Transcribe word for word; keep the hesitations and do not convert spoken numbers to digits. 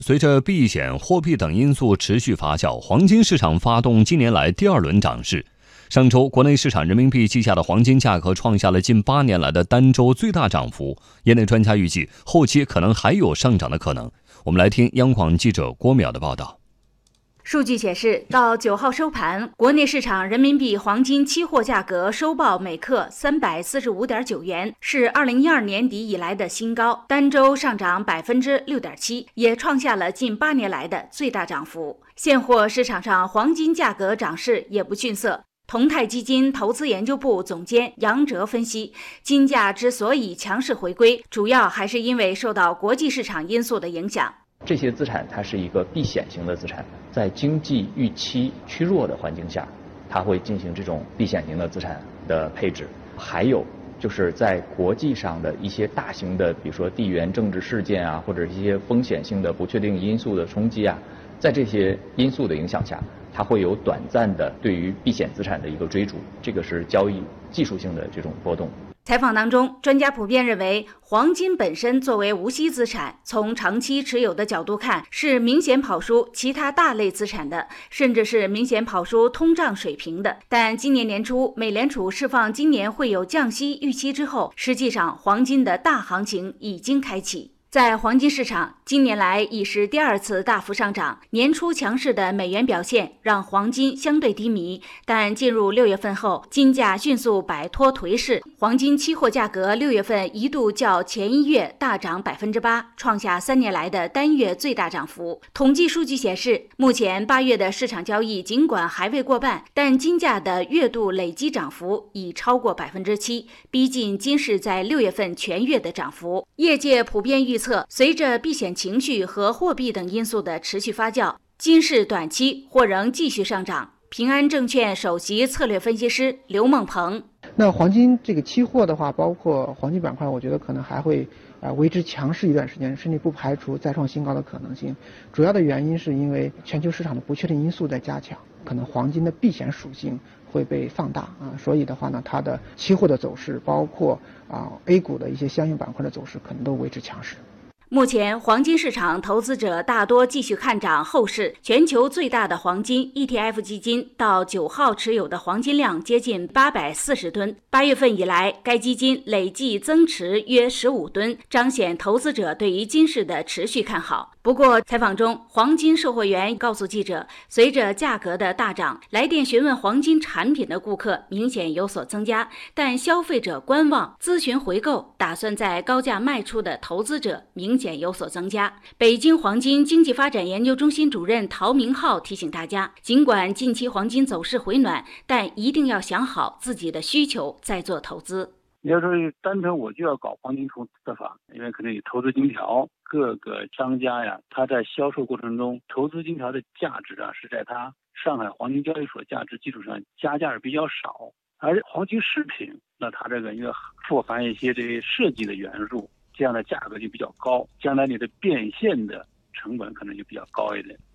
随着避险、货币等因素持续发酵，黄金市场发动今年来第二轮涨势。上周，国内市场人民币计价的黄金价格创下了近八年来的单周最大涨幅。业内专家预计，后期可能还有上涨的可能。我们来听央广记者郭淼的报道。 数据显示，到九号收盘，国内市场人民币黄金期货价格收报每克三百四十五点九元，是二零一二年底以来的新高，单周上涨百分之六点七，也创下了近八年来的最大涨幅。现货市场上黄金价格涨势也不逊色。同泰基金投资研究部总监杨哲分析，金价之所以强势回归，主要还是因为受到国际市场因素的影响。 这些资产它是一个避险型的资产，在经济预期趋弱的环境下，它会进行这种避险型的资产的配置。还有就是在国际上的一些大型的，比如说地缘政治事件啊，或者一些风险性的不确定因素的冲击啊，在这些因素的影响下，它会有短暂的对于避险资产的一个追逐，这个是交易技术性的这种波动。 采访当中，专家普遍认为，黄金本身作为无息资产，从长期持有的角度看，是明显跑输其他大类资产的，甚至是明显跑输通胀水平的。但今年年初，美联储释放今年会有降息预期之后，实际上黄金的大行情已经开启。在黄金市场，今年来已是第二次大幅上涨。年初强势的美元表现让黄金相对低迷，但进入六月份后，金价迅速摆脱颓势。黄金期货价格六月份一度较前一月大涨百分之八，创下三年来的单月最大涨幅。统计数据显示，目前八月的市场交易尽管还未过半，但金价的月度累计涨幅已超过百分之七，逼近金市在六月份全月的涨幅。业界普遍预测，随着避险情绪和货币等因素的持续发酵，金市短期或仍继续上涨。平安证券首席策略分析师刘梦鹏： 那黄金这个期货的话，包括黄金板块，我觉得可能还会啊、呃、维持强势一段时间，甚至不排除再创新高的可能性。主要的原因是因为全球市场的不确定因素在加强，可能黄金的避险属性会被放大啊，所以的话呢，它的期货的走势，包括啊 A 股的一些相应板块的走势，可能都维持强势。 目前黄金市场投资者大多继续看涨后市，全球最大的黄金 E T F 基金到九号持有的黄金量接近八百四十吨，八月份以来该基金累计增持约十五吨，彰显投资者对于金市的持续看好。不过采访中，黄金售货员告诉记者，随着价格的大涨，来电询问黄金产品的顾客明显有所增加，但消费者观望、咨询回购、打算在高价卖出的投资者明显有所增加。北京黄金经济发展研究中心主任陶明浩提醒大家，尽管近期黄金走势回暖，但一定要想好自己的需求再做投资。 你要说单纯我就要搞黄金投资的话，因为可能有投资金条，各个商家呀，他在销售过程中，投资金条的价值啊，是在他上海黄金交易所价值基础上加价是比较少，而黄金饰品，那它这个因为富含一些这些设计的元素，这样的价格就比较高，将来你的变现的成本可能就比较高一点。